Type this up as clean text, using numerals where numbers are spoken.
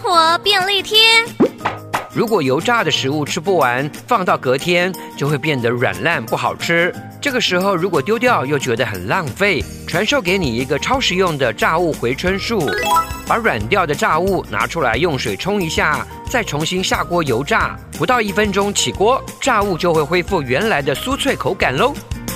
活便利贴。 如果油炸的食物吃不完，放到隔天就会变得软烂不好吃。这个时候如果丢掉又觉得很浪费，传授给你一个超实用的炸物回春术。把软掉的炸物拿出来用水冲一下，再重新下锅油炸，不到1分钟起锅，炸物就会恢复原来的酥脆口感咯。